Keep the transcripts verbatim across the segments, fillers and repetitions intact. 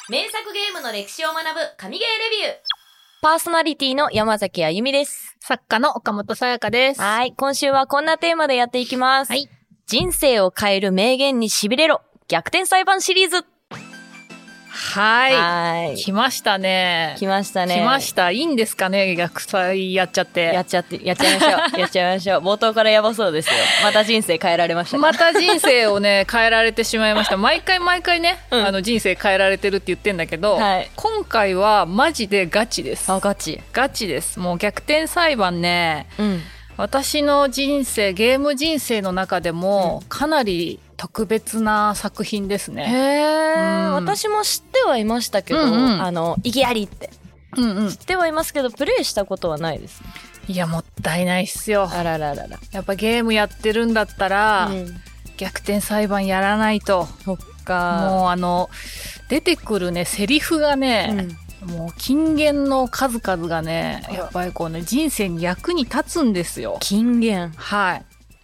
名作ゲームの歴史を学ぶ神ゲーレビュー。パーソナリティの山崎あゆみです。 作家の岡本さやかです。 はい、今週はこんなテーマでやっていきます。はい。人生を変える名言に痺れろ、逆転裁判シリーズ。 はい。 はい。 来ましたね。 来ましたね。 来ました。いいんですかね、逆裁やっちゃって。 やっちゃって、やっちゃいましょう。やっちゃいましょう。冒頭からやばそうですよ。また人生変えられました。 また人生をね、変えられてしまいました。毎回毎回ね、うん、あの人生変えられてるって言ってんだけど、はい、今回はマジでガチです。 あ、ガチ。 ガチです。もう逆転裁判ね、うん、私の人生、ゲーム人生の中でもかなり特別な作品ですね。 へー、うん、私も知ってはいましたけど、うんうん、あの意義ありって、うんうん、知ってはいますけどプレイしたことはないです。 いや、もったいないっすよ。 あらららら。 やっぱゲームやってるんだったら、うん、逆転裁判やらないと。 そっか。 もうあの出てくるねセリフがね、うん、もう金言の数々がね、やっぱりこうね人生に役に立つんですよ。 金言。 はい。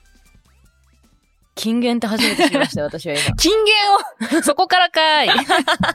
金言って初めて知りましたよ、私は今。 金言をそこからかい。そこ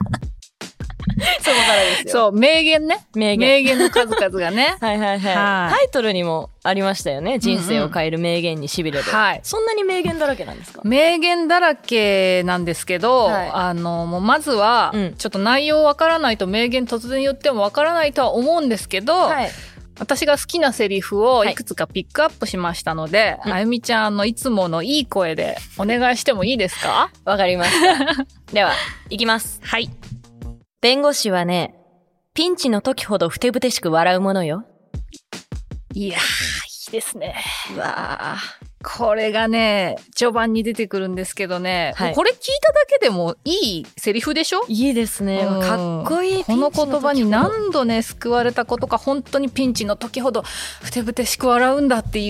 からですよ。 そう、名言ね。 名言。 名言の数々がね。 はいはいはい。はい、タイトルにもありましたよね。人生を変える名言に痺れる。はい。そんなに名言だらけなんですか？ 名言だらけなんですけど、はい、あの、もうまずは、うん、ちょっと内容わからないと名言突然言ってもわからないとは思うんですけど、はい、私が好きなセリフをいくつかピックアップしましたので、はい、あゆみちゃんのいつものいい声でお願いしてもいいですか？ わかりました。では、いきます。 はい。 弁護士はね、ピンチの時ほどふてぶてしく笑うものよ。 いやー、いいですね。 うわー。 これがね、序盤に出てくるんですけどね、はい、これ聞いただけでもいいセリフでしょ？ いいですね。うん、かっこいい。 この言葉に何度ね救われたことか、本当にピンチの時ほどふてぶてしく笑うんだっていう、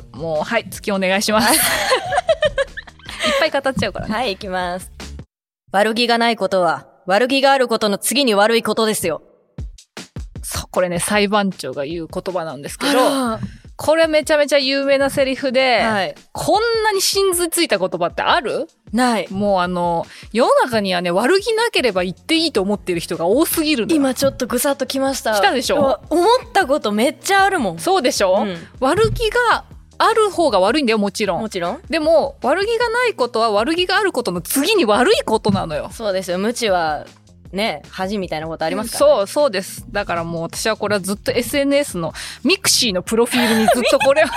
もうはい、次お願いします。いっぱい語っちゃうからね。 はい、いきます。悪気がないことは悪気があることの次に悪いことですよ。 そう、これね裁判長が言う言葉なんですけど、これめちゃめちゃ有名なセリフで、はい、こんなに真髄ついた言葉ってある？ ない。 もうあの世の中にはね、悪気なければ言っていいと思ってる人が多すぎるの。 今ちょっとぐさっときました。 来たでしょ？ 思ったことめっちゃあるもん。 そうでしょ？うん、悪気がある方が悪いんだよ、もちろん。 もちろん。 でも悪気がないことは悪気があることの次に悪いことなのよ。 そうですよ。無知はね、恥みたいなことありますからね。 そう、そうです。だからもう私はこれはずっと エスエヌエス のミクシーのプロフィールにずっとこれを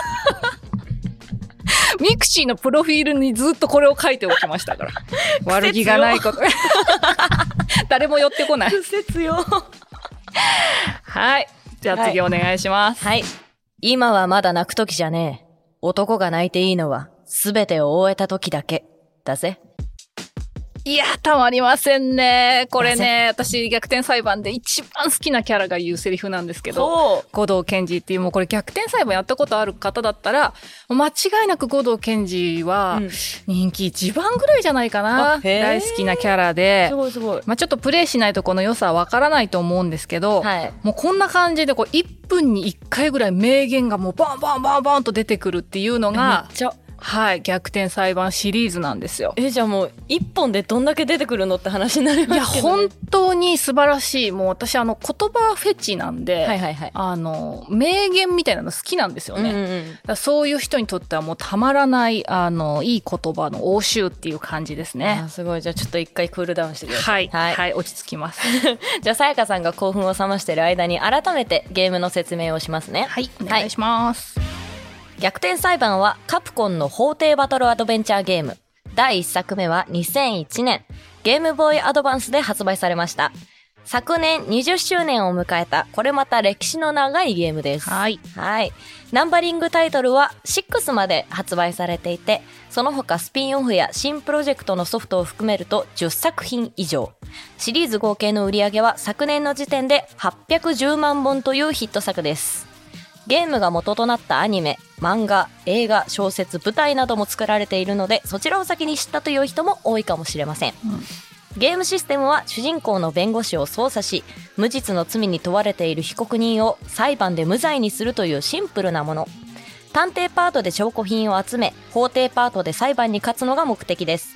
ミクシーのプロフィールにずっとこれを書いておきましたから。悪気がないこと。誰も寄ってこない。 不説よ。 はい。じゃあ次お願いします。 はい。はい、今はまだ泣く時じゃねえ。男が泣いていいのは全てを終えた時だけだぜ。 いや、たまりませんね。これね、私逆転裁判で一番好きなキャラが言うセリフなんですけど、護道賢治っていう、もうこれ逆転裁判やったことある方だったら間違いなく護道賢治は人気一番ぐらいじゃないかな、うん、大好きなキャラで、 すごいすごい、 まあ、ちょっとプレイしないとこの良さはわからないと思うんですけど、はい、もうこんな感じでこういっぷんにいっかいぐらい名言がもうバンバンバンバンと出てくるっていうのがめっちゃ、 はい、逆転裁判シリーズなんですよ。 え、じゃあもう一本でどんだけ出てくるのって話になりますけど、ね、 いや本当に素晴らしい。もう私あの言葉フェチなんで、 はいはいはい、あの名言みたいなの好きなんですよね、うんうん、だからそういう人にとってはもうたまらないあのいい言葉の応酬っていう感じですね。 あ、すごい。じゃあちょっと一回クールダウンしてください。 はい、はいはい、落ち着きます。 じゃあさやかさんが興奮を冷ましている間に改めてゲームの説明をしますね。 はい、お願いします。はい、 逆転裁判はカプコンの法廷バトルアドベンチャーゲーム。だいいっさくめはにせんいちねん、ゲームボーイアドバンスで発売されました。昨年にじゅっしゅうねんを迎えた、これまた歴史の長いゲームです。 はい。 はい。ナンバリングタイトルはろくまで発売されていて、その他スピンオフや新プロジェクトのソフトを含めるとじゅっさくひん以上。シリーズ合計の売り上げは昨年の時点ではっぴゃくじゅうまんぼんというヒット作です。ゲームが元となったアニメ、漫画、映画、小説、舞台なども作られているので、そちらを先に知ったという人も多いかもしれません。うん、ゲームシステムは主人公の弁護士を操作し、無実の罪に問われている被告人を裁判で無罪にするというシンプルなもの。探偵パートで証拠品を集め、法廷パートで裁判に勝つのが目的です。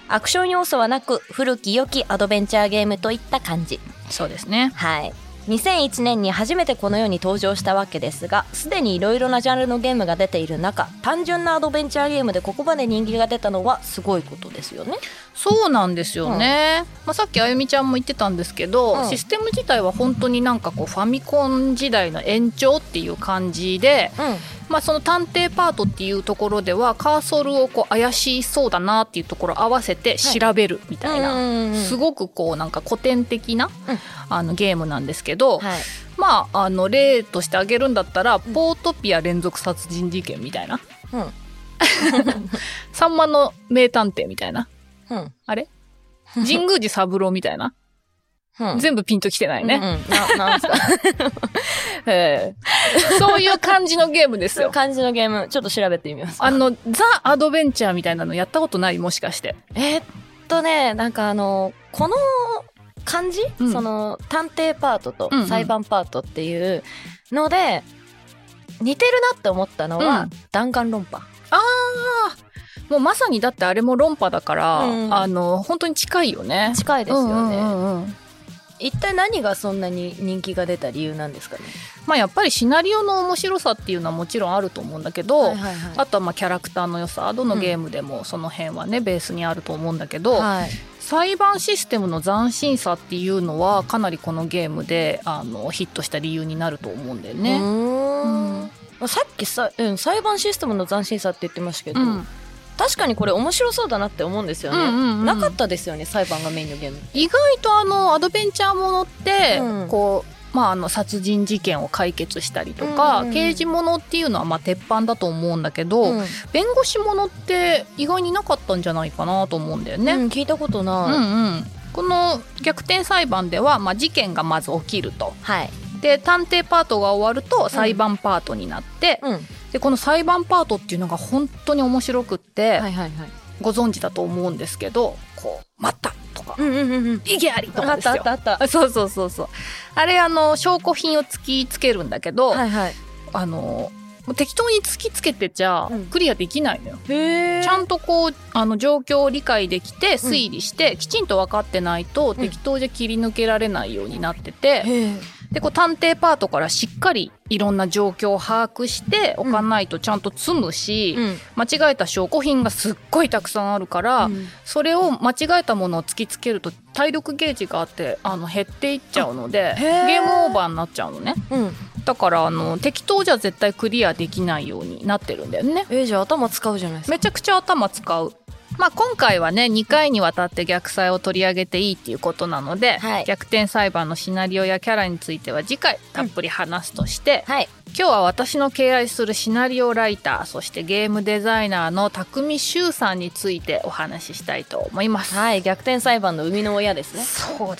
アクション要素はなく古き良きアドベンチャーゲームといった感じ。 そうですね。 はい。にせんいちねんに初めてこの世に登場したわけですが、すでにいろいろなジャンルのゲームが出ている中、単純なアドベンチャーゲームでここまで人気が出たのはすごいことですよね。 そうなんですよね、うんまあ、さっきあゆみちゃんも言ってたんですけど、うん、システム自体は本当になんかこうファミコン時代の延長っていう感じで、うんまあ、その探偵パートっていうところではカーソルをこう怪しそうだなっていうところを合わせて調べるみたいな、はい、すごくこうなんか古典的な、うん、あのゲームなんですけど、はい、まああの例として挙げるんだったら、うん、ポートピア連続殺人事件みたいな、うん、さんまの名探偵みたいな、うん、あれ神宮寺三郎みたいなうん、全部ピンときてないね。うんうん、な、なんすか、えー、そういう感じのゲームですよ。 感じのゲーム、ちょっと調べてみます。 あの、ザ・アドベンチャーみたいなのやったことない？もしかして。 えー、っとね、なんかあの、この感じ、うん、その、探偵パートと裁判パートっていうので、うんうん、似てるなって思ったのは、うん、弾丸論破。 あー。もうまさにだってあれも論破だから、うん、あの、本当に近いよね。 近いですよね。 うんうんうんうん一体何がそんなに人気が出た理由なんですかね。 まあやっぱりシナリオの面白さっていうのはもちろんあると思うんだけど、はいはいはい、あとはまあキャラクターの良さ、どのゲームでもその辺はね、うん、ベースにあると思うんだけど、はい、裁判システムの斬新さっていうのはかなりこのゲームであのヒットした理由になると思うんだよね。うーん、うん、さっきさ、うん、裁判システムの斬新さって言ってましたけど、うん確かにこれ面白そうだなって思うんですよね、うんうんうん、なかったですよね裁判がメインのゲーム。 意外とあのアドベンチャーものって、うん、こうまあ、あの殺人事件を解決したりとか、うんうん、刑事ものっていうのはまあ鉄板だと思うんだけど、うん、弁護士ものって意外になかったんじゃないかなと思うんだよね、うん、 聞いたことない、うんうん、 この逆転裁判では、まあ、事件がまず起きると、 はい、 で探偵パートが終わると裁判パートになって、うんうん、でこの裁判パートっていうのが本当に面白くって、はいはいはい、ご存知だと思うんですけどこう待ったとか、うんうんうん、意義ありとかですよ。 あったあったあった。 そうそうそうそう。あれあの証拠品を突きつけるんだけど、はいはい、あの適当に突きつけてちゃクリアできないのよ、うん、へー。ちゃんとこうあの状況を理解できて推理して、うん、きちんと分かってないと適当じゃ切り抜けられないようになってて、うん、でこう探偵パートからしっかりいろんな状況を把握しておかないとちゃんと積むし、うん、間違えた証拠品がすっごいたくさんあるから、うん、それを間違えたものを突きつけると体力ゲージがあってあの減っていっちゃうのでゲームオーバーになっちゃうのね、うん、だからあの適当じゃ絶対クリアできないようになってるんだよね。 えー、じゃあ頭使うじゃないですか。 めちゃくちゃ頭使う。まあ、今回はねにかいにわたって逆裁を取り上げていいっていうことなので、はい、逆転裁判のシナリオやキャラについては次回たっぷり話すとして、うんはい、今日は私の敬愛するシナリオライターそしてゲームデザイナーの匠柊さんについてお話ししたいと思います。 はい、逆転裁判の生みの親ですね。 そうです。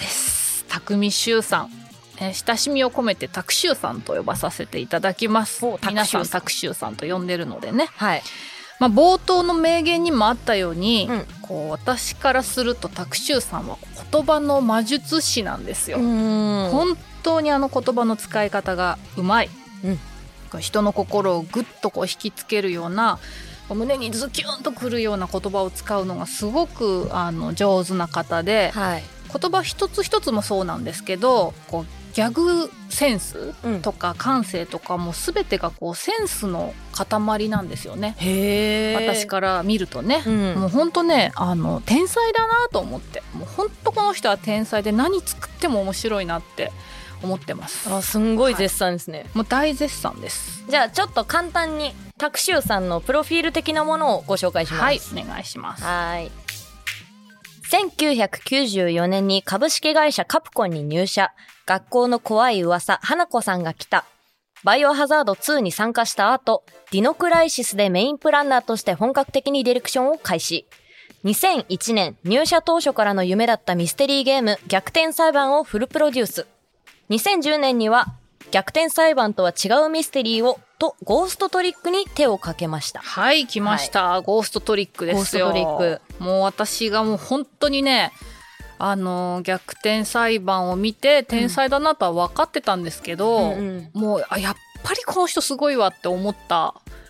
匠柊さん、えー、親しみを込めて卓柊さんと呼ばさせていただきます。皆さん卓柊さんと呼んでるのでね、はい。まあ、冒頭の名言にもあったように、うん、こう私からすると卓柊さんは言葉の魔術師なんですよ。本当にあの言葉の使い方がうまい、うん、人の心をぐっとこう引きつけるような胸にズキュンとくるような言葉を使うのがすごくあの上手な方で、はい、言葉一つ一つもそうなんですけどこうギャグセンスとか感性とかも全てがこうセンスの塊なんですよね。へー。私から見るとね、うん、もう本当ねあの天才だなと思ってもう本当この人は天才で何作っても面白いなって思ってます。 あ、すんごい絶賛ですね、はい、 もう大絶賛です。 じゃあちょっと簡単に卓柊さんのプロフィール的なものをご紹介します。 はい、お願いします。 はい。せんきゅうひゃくきゅうじゅうよねんに株式会社カプコンに入社。学校の怖い噂、花子さんが来た。バイオハザードツーに参加した後、ディノクライシスでメインプランナーとして本格的にディレクションを開始。にせんいちねん、入社当初からの夢だったミステリーゲーム、逆転裁判をフルプロデュース。にせんじゅうねんには、逆転裁判とは違うミステリーを、と、ゴーストトリックに手をかけました。 はい、来ました。はい、ゴーストトリックですよ。ゴーストトリック。もう私がもう本当にね、あの逆転裁判を見て天才だなとは分かってたんですけど、うんうんうん、もうあやっぱりこの人すごいわって思った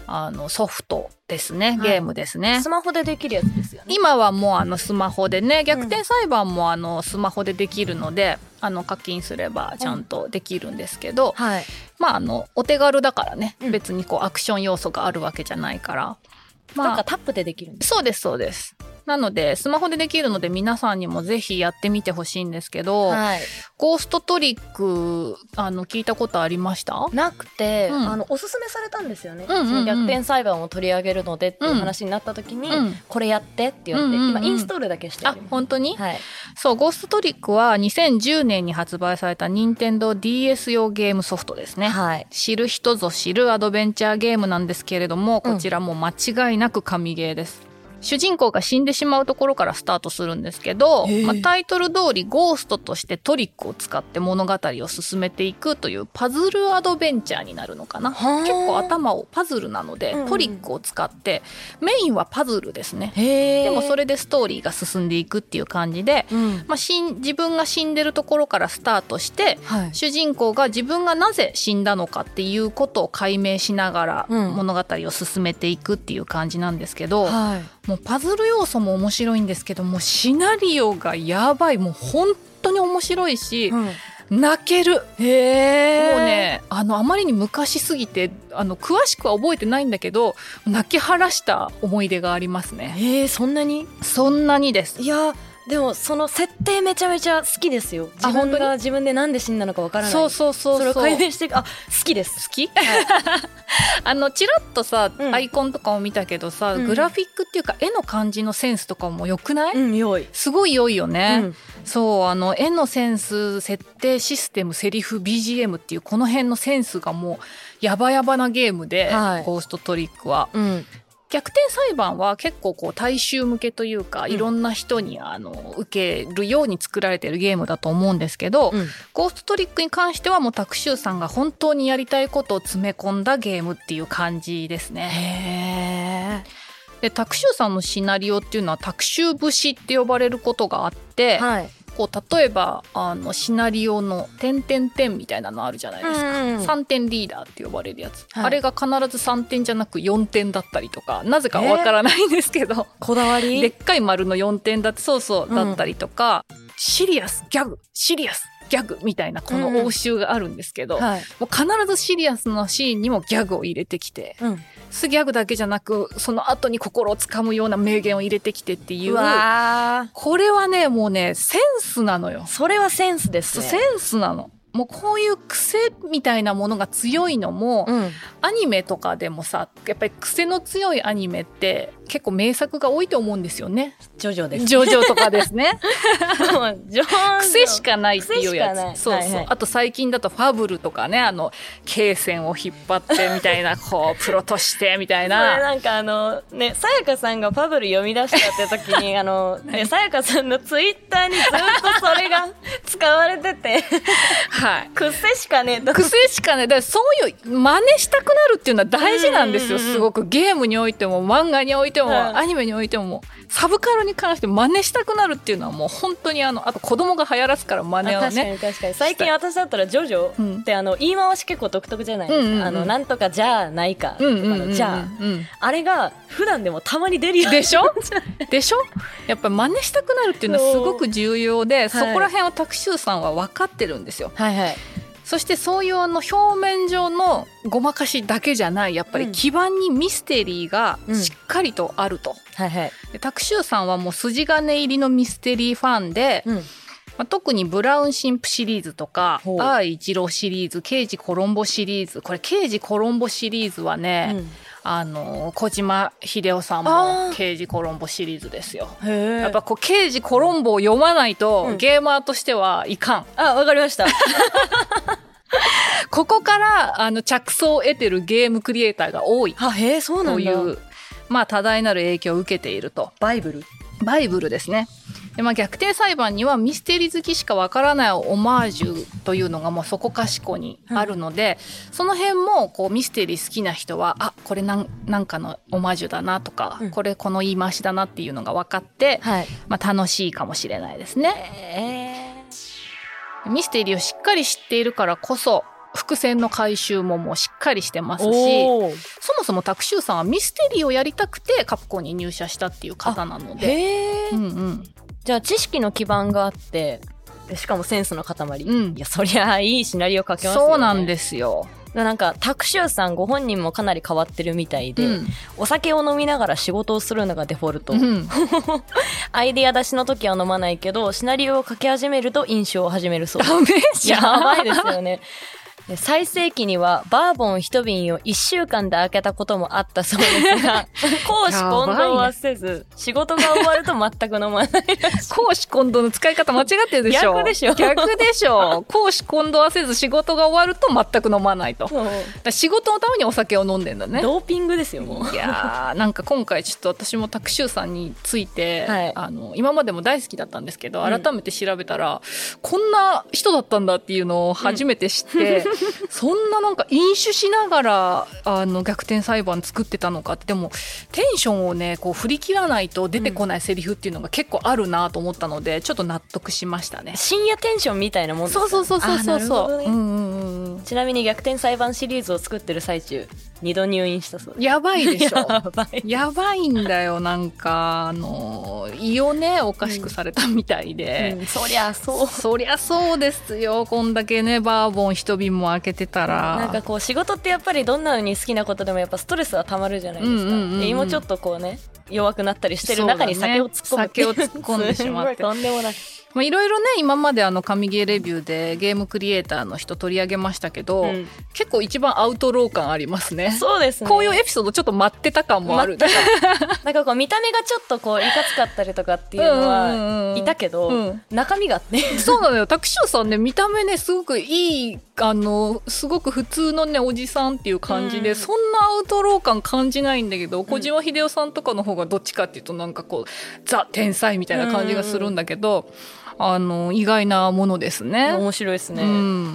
あのソフトですね、ゲームですね、 はい、スマホでできるやつですよね。 今はもうあのスマホでね、逆転裁判もあのスマホでできるので、うん、あの課金すればちゃんとできるんですけど、うん、はい、まああのお手軽だからね、うん、別にこうアクション要素があるわけじゃないから、 まあ、なんかタップでできるんです。 そうですそうです。なのでスマホでできるので皆さんにもぜひやってみてほしいんですけど、はい、ゴーストトリックあの聞いたことありました？ なくて、うん、あのおすすめされたんですよね、うんうんうん、その逆転裁判を取り上げるのでっていう話になった時に、うん、これやってって言って、うんうんうん、今インストールだけしてあります。 あ、本当に？はい、そう、ゴーストトリックはにせんじゅうねんに発売された任天堂 ディーエス 用ゲームソフトですね、はい、知る人ぞ知るアドベンチャーゲームなんですけれども、こちらも間違いなく神ゲーです。主人公が死んでしまうところからスタートするんですけど、まあ、タイトル通りゴーストとしてトリックを使って物語を進めていくというパズルアドベンチャーになるのかな。結構頭をパズルなので、うんうん、トリックを使ってメインはパズルですね。でもそれでストーリーが進んでいくっていう感じで、うん、まあ、しん自分が死んでるところからスタートして、はい、主人公が自分がなぜ死んだのかっていうことを解明しながら物語を進めていくっていう感じなんですけど、はい、もうパズル要素も面白いんですけども、シナリオがやばい、もう本当に面白いし、うん、泣ける。へー。もうね、あのあまりに昔すぎてあの詳しくは覚えてないんだけど、泣き晴らした思い出がありますね。 へー、そんなに？ そんなにです。 いやでもその設定めちゃめちゃ好きですよ。自分が自分でなんで死んだのかわからない。 そうそうそうそう。 それを解明していく。あ、好きです。 好き？はい、あのチラッとさ、うん、アイコンとかを見たけどさ、うん、グラフィックっていうか絵の感じのセンスとかも良くない？ うん、良い。 すごい良いよね。うん、そう、あの絵のセンス、設定システム、セリフ、ビージーエム っていうこの辺のセンスがもうヤバヤバなゲームで、はい、ゴーストトリックは。うん、逆転裁判は結構こう大衆向けというか、うん、いろんな人にあの受けるように作られているゲームだと思うんですけど、うん、ゴーストトリックに関してはもうタクシュウさんが本当にやりたいことを詰め込んだゲームっていう感じですね。へー。でタクシュウさんのシナリオっていうのはタクシュウ節って呼ばれることがあって、はい、こう例えばあのシナリオの点々点みたいなのあるじゃないですか、うんうん、さんてんリーダーって呼ばれるやつ、はい、あれが必ずさんてんじゃなくよんてんだったりとか、なぜかわからないんですけど、えー、 こだわりでっかい丸のよんてんだってそうそうだったりとか、うん、シリアスギャグシリアスギャグみたいなこの応酬があるんですけど、うん、はい、もう必ずシリアスなシーンにもギャグを入れてきて、うん、スギャグだけじゃなくその後に心をつかむような名言を入れてきてっていう、うわ、これはねもうねセンスなのよ。 それはセンスですね。 センスなの。もうこういう癖みたいなものが強いのも、うん、アニメとかでもさ、やっぱり癖の強いアニメって結構名作が多いと思うんですよね。 ジョジョです。 ジョジョとかですね。癖しかないっていうやつ。そうそう、はいはい。あと最近だとファブルとかね、あの罫線を引っ張ってみたいなこうプロとしてみたいな。 それなんかあのね、さやかさんがファブル読み出したって時にあのね、さやかさんのツイッターにずっとそれが使われてて。はい、癖しかねえと癖しかねえ。だからそういう真似したくなるっていうのは大事なんですよ、うんうんうん、すごく。ゲームにおいても漫画においても、うん、アニメにおいてもサブカルに関して真似したくなるっていうのはもう本当にあのあと子供が流行らすから真似をね。 確かに確かに。最近私だったらジョジョってあの言い回し結構独特じゃないですか、うんうんうん、あのなんとかじゃあないかとかのじゃあ、うんうん、あれが普段でもたまに出るよでしょでしょ。やっぱり真似したくなるっていうのはすごく重要で、そこら辺をタクシュウさんは分かってるんですよ。はいはい。そしてそういうあの表面上のごまかしだけじゃない、やっぱり基盤にミステリーがしっかりとあると、うんはいはい、でタクシュウさんはもう筋金入りのミステリーファンで、うんまあ、特にブラウン神父シリーズとかアー一郎シリーズ、刑事コロンボシリーズ、これ刑事コロンボシリーズはね、うんあの小島秀夫さんも刑事コロンボシリーズですよ。やっぱこう刑事コロンボを読まないと、うん、ゲーマーとしてはいかん。 あ、わかりました。 ここからあの着想を得てるゲームクリエイターが多い。 あ、へー、そうなんだ。というまあ多大なる影響を受けていると。 バイブル。 バイブルですね。でまあ、逆転裁判にはミステリー好きしかわからないオマージュというのがもうそこかしこにあるので、うん、その辺もこうミステリー好きな人はあこれなん、なんかのオマージュだなとか、うん、これこの言い回しだなっていうのが分かって、はいまあ、楽しいかもしれないですね、えー、ミステリーをしっかり知っているからこそ伏線の回収ももうしっかりしてますし、そももそもタクシュウさんはミステリーをやりたくてカプコンに入社したっていう方なので。 へー、 うんうん、 じゃあ知識の基盤があってしかもセンスの塊、 うん、 いやそりゃいいシナリオ書けますよね。 そうなんですよ。 なんかタクシュウさんご本人もかなり変わってるみたいで、うん、お酒を飲みながら仕事をするのがデフォルト、うん、アイディア出しの時は飲まないけどシナリオを書き始めると飲酒を始めるそうです。 ダメじゃん。 やばいですよね。最盛期にはバーボン一瓶をいっしゅうかんで開けたこともあったそうですが公私混同はせず、ね、仕事が終わると全く飲まない公私混同の使い方間違ってるでしょ。 逆でしょ。 逆でしょ。公私混同はせず仕事が終わると全く飲まないと。仕事のためにお酒を飲んでんだね。 ドーピングですよもう。 いやーなんか今回ちょっと私もタクシュウさんについて、はい、あの今までも大好きだったんですけど改めて調べたら、うん、こんな人だったんだっていうのを初めて知って、うん、そんななんか飲酒しながらあの逆転裁判作ってたのかって。でもテンションをねこう振り切らないと出てこないセリフっていうのが結構あるなと思ったので、うん、ちょっと納得しましたね。 深夜テンションみたいなもんですか。 そうそうそうそうそう、ね、うんうんうん。 ちなみに逆転裁判シリーズを作ってる最中にど入院したそうです。 やばいでしょ。 やばいやばいんだよ。なんかあの胃をねおかしくされたみたいで、 うんうん、そりゃそうそりゃそうですよ。こんだけねバーボン一瓶も開けてたら、 なんかこう仕事ってやっぱりどんなのに好きなことでもやっぱストレスはたまるじゃないですか、うんうんうんうん、で胃もちょっとこうね弱くなったりしてる中に酒を突っ込む、 ね、酒を突っ込んでしまってとんでもない。 まあ、いろいろね今まであの神ゲーレビューでゲームクリエイターの人取り上げましたけど、うん、結構一番アウトロー感ありますね。 そうですね。 こういうエピソードちょっと待ってた感もある。 なんかこう見た目がちょっとこういかつかったりとかっていうのはいたけど、うんうんうん、中身がねそうなのよ。タクシュウさんね見た目ねすごくいいあのすごく普通のねおじさんっていう感じで、うん、そんなアウトロー感感じないんだけど、うん、小島秀夫さんとかの方がどっちかっていうとなんかこうザ天才みたいな感じがするんだけど、うんうんあの意外なものですね。 面白いですね、 うん、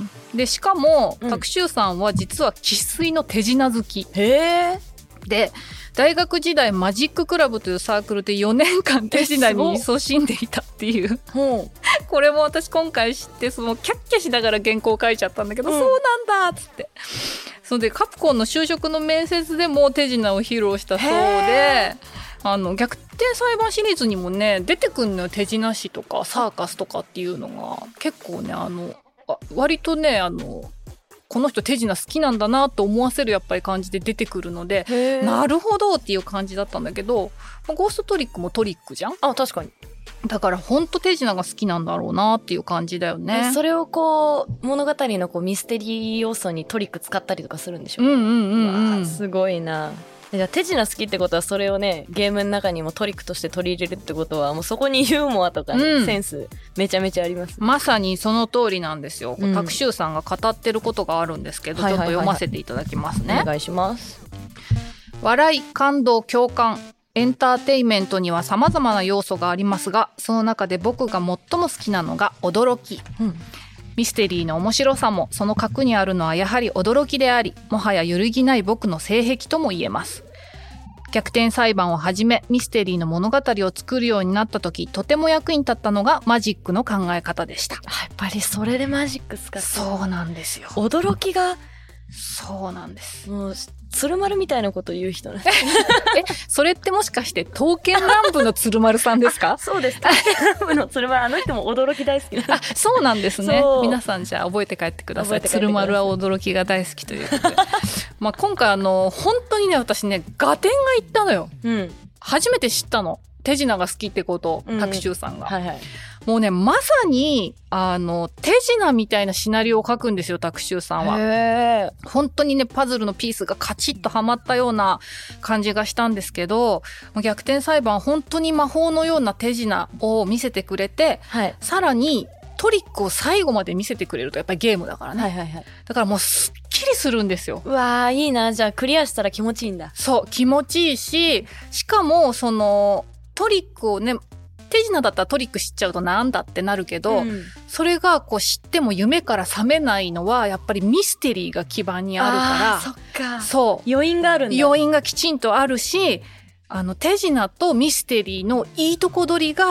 でしかも、うん、タクシュウさんは実は生粋の手品好き。 へー。で大学時代マジッククラブというサークルでよねんかん手品に勤しんでいたっていうこれも私今回知ってそのキャッキャしながら原稿書いちゃったんだけど、うん、そうなんだっつって。それでカプコンの就職の面接でも手品を披露したそうで、あの逆転裁判シリーズにもね出てくるのよ。手品師とかサーカスとかっていうのが結構ねあのあ割とねあのこの人手品好きなんだなと思わせるやっぱり感じで出てくるので、なるほどっていう感じだったんだけど、ゴーストトリックもトリックじゃん。 あ、確かに。 だから本当手品が好きなんだろうなっていう感じだよね。 それをこう物語のこうミステリー要素にトリック使ったりとかするんでしょう。 うんうんうんうん。 すごいな。じゃあ手品好きってことはそれをねゲームの中にもトリックとして取り入れるってことはもうそこにユーモアとか、ねうん、センスめちゃめちゃあります、ね、 まさにその通りなんですよ、うん、タクシュウさんが語ってることがあるんですけど、はいはいはいはい、ちょっと読ませていただきますね。 お願いします。 笑い、感動、共感、エンターテインメントには様々な要素がありますが、その中で僕が最も好きなのが驚き、うんミステリーの面白さもその核にあるのはやはり驚きであり、もはや揺るぎない僕の性癖とも言えます。逆転裁判をはじめミステリーの物語を作るようになった時、とても役に立ったのがマジックの考え方でした。やっぱりそれでマジック使って。 そうなんですよ。 驚きがそうなんです。 もう鶴丸みたいなこと言う人なんですえ、それってもしかして刀剣乱舞の鶴丸さんですか？ そうです。刀剣乱舞の鶴丸、あの人も驚き大好きなんです。 あ、そうなんですね。皆さんじゃあ覚えて帰ってください。鶴丸は驚きが大好きということでまあ今回あの本当にね私ね合点がいったのよ、うん、初めて知ったの手品が好きってことをタクシュウさんが、うんはいはい、もうねまさにあの手品みたいなシナリオを書くんですよタクシュウさんは。へー。本当にねパズルのピースがカチッとはまったような感じがしたんですけど、逆転裁判本当に魔法のような手品を見せてくれて、はい、さらにトリックを最後まで見せてくれるとやっぱりゲームだからね、はいはいはい、だからもうすっきりするんですよ。 うわーいいな。じゃあクリアしたら気持ちいいんだ。 そう気持ちいいし、しかもそのトリックをね手品だったらトリック知っちゃうとなんだってなるけど、うん、それがこう知っても夢から覚めないのはやっぱりミステリーが基盤にあるから。 あそっか。 そう余韻があるんだ。 余韻がきちんとあるし、あの手品とミステリーのいいとこ取りが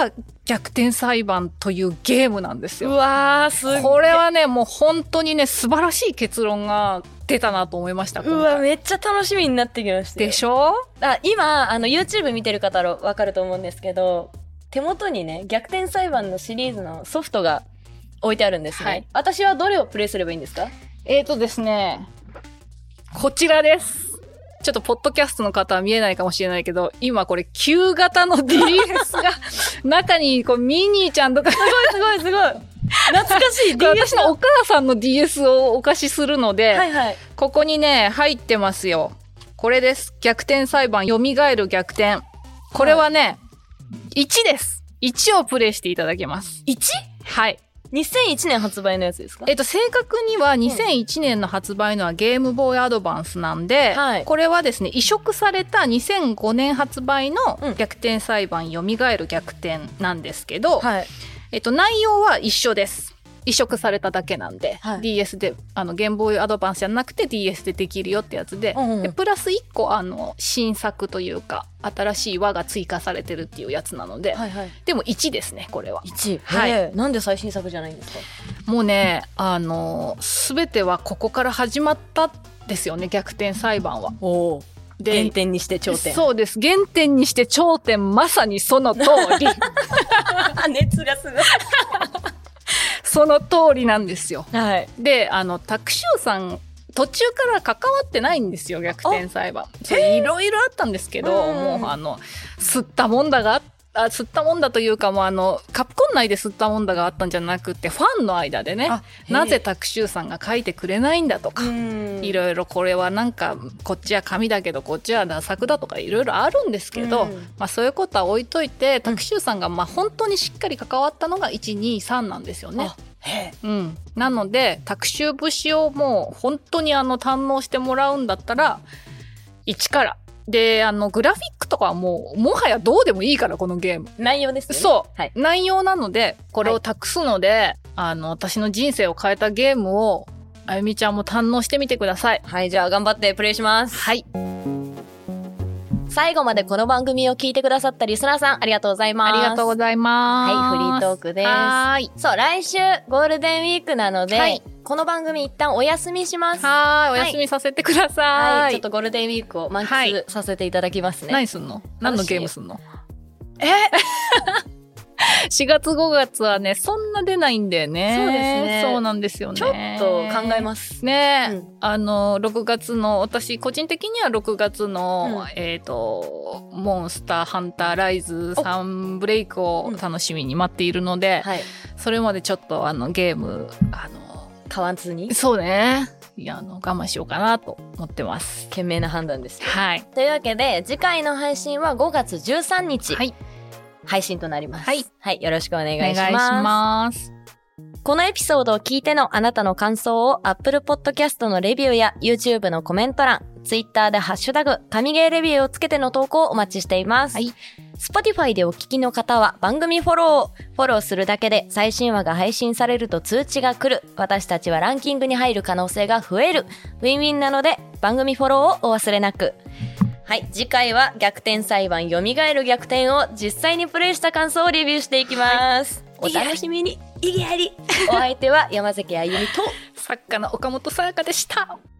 逆転裁判というゲームなんですよ。 うわー、すごい。 これはね、もう本当にね、素晴らしい結論が出たなと思いました。 うわ、めっちゃ楽しみになってきました。 でしょ？ あ、今、あの、YouTube 見てる方はわかると思うんですけど、手元にね、逆転裁判のシリーズのソフトが置いてあるんですね。はい、私はどれをプレイすればいいんですか？ えーとですね、こちらです。ちょっとポッドキャストの方は見えないかもしれないけど、今これ旧型の ディーエス が中にこうミニーちゃんとかすごいすごいすごい懐かしい ディーエス私のお母さんの ディーエス をお貸しするので、 はいはい、 ここにね入ってますよ。これです。逆転裁判蘇る逆転。これはね、はい、いちです。いちをプレイしていただけます。 いち？ はい。 にせんいちねん発売のやつですか？ えっと、正確にはにせんいちねんの発売のはゲームボーイアドバンスなんで、はい、これはですね、移植されたにせんごねん発売の逆転裁判蘇る逆転なんですけど、はい、えっと、内容は一緒です。移植されただけなんで、はい、ディーエス であのゲームボーイアドバンスじゃなくて ディーエス でできるよってやつ で,、うんうん、でプラスいっこあの新作というか新しい輪が追加されてるっていうやつなので、はいはい、でもいちですね、これは。 いち、はい、なんで最新作じゃないんですか？ もうね、あの全てはここから始まったですよね、逆転裁判は。 おで原点にして頂点。 そうです、原点にして頂点、まさにその通り熱がすごいその通りなんですよ。 はい。 で、あの、タクシュウさん、途中から関わってないんですよ、逆転裁判。それいろいろあったんですけど、もう、あの、吸ったもんだがああ、吸ったもんだというか、もうあの、カプコン内で吸ったもんだがあったんじゃなくて、ファンの間でね、なぜタクシュウさんが書いてくれないんだとか、いろいろこれはなんか、こっちは紙だけど、こっちはダ作だとかいろいろあるんですけど、まあそういうことは置いといて、タクシュウさんがまあ本当にしっかり関わったのがいち、に、さんなんですよね。うん、なので、タクシュウ節をもう本当にあの堪能してもらうんだったら、いちから。で、あの、グラフィックとかはもう、もはやどうでもいいから、このゲーム。 内容ですね。 そう。はい、内容なので、これを託すので、はい、あの、私の人生を変えたゲームを、あゆみちゃんも堪能してみてください。 はい、じゃあ頑張ってプレイします。 はい。 最後までこの番組を聞いてくださったリスナーさん、ありがとうございます。 ありがとうございます。 はい、フリートークです。 はい。 そう、来週、ゴールデンウィークなので、はい、この番組一旦お休みします。 はい、お休みさせてください。 はい、ちょっとゴールデンウィークを満喫させていただきますね。 何すんの？何のゲームすんの？ えしがつごがつはね、そんな出ないんだよね。 そうですね。 そうなんですよね。 ちょっと考えます。 ね、うん、あの、ろくがつの、私個人的にはろくがつの、うん、えっと、モンスターハンターライズさんブレイクを楽しみに待っているので、うんはい、それまでちょっとあのゲーム、あの、 買わずにそうね。いや、あの、我慢しようかなと思ってます。 賢明な判断ですね。 はい。 というわけで、次回の配信はごがつじゅうさんにち。はい。配信となります。 はい。 はい。よろしくお願いします。 お願いします。 このエピソードを聞いてのあなたの感想を Apple Podcast のレビューや YouTube のコメント欄、Twitter でハッシュタグ、神ゲーレビューをつけての投稿をお待ちしています。はい。Spotify でお聞きの方は番組フォローをフォローするだけで最新話が配信されると通知が来る。私たちはランキングに入る可能性が増える。ウィンウィンなので番組フォローをお忘れなく。はい、次回は逆転裁判蘇る逆転を実際にプレイした感想をレビューしていきます。はい、お楽しみに。 いぎやり。 お相手は山崎あゆみと作家の岡本さやかでした。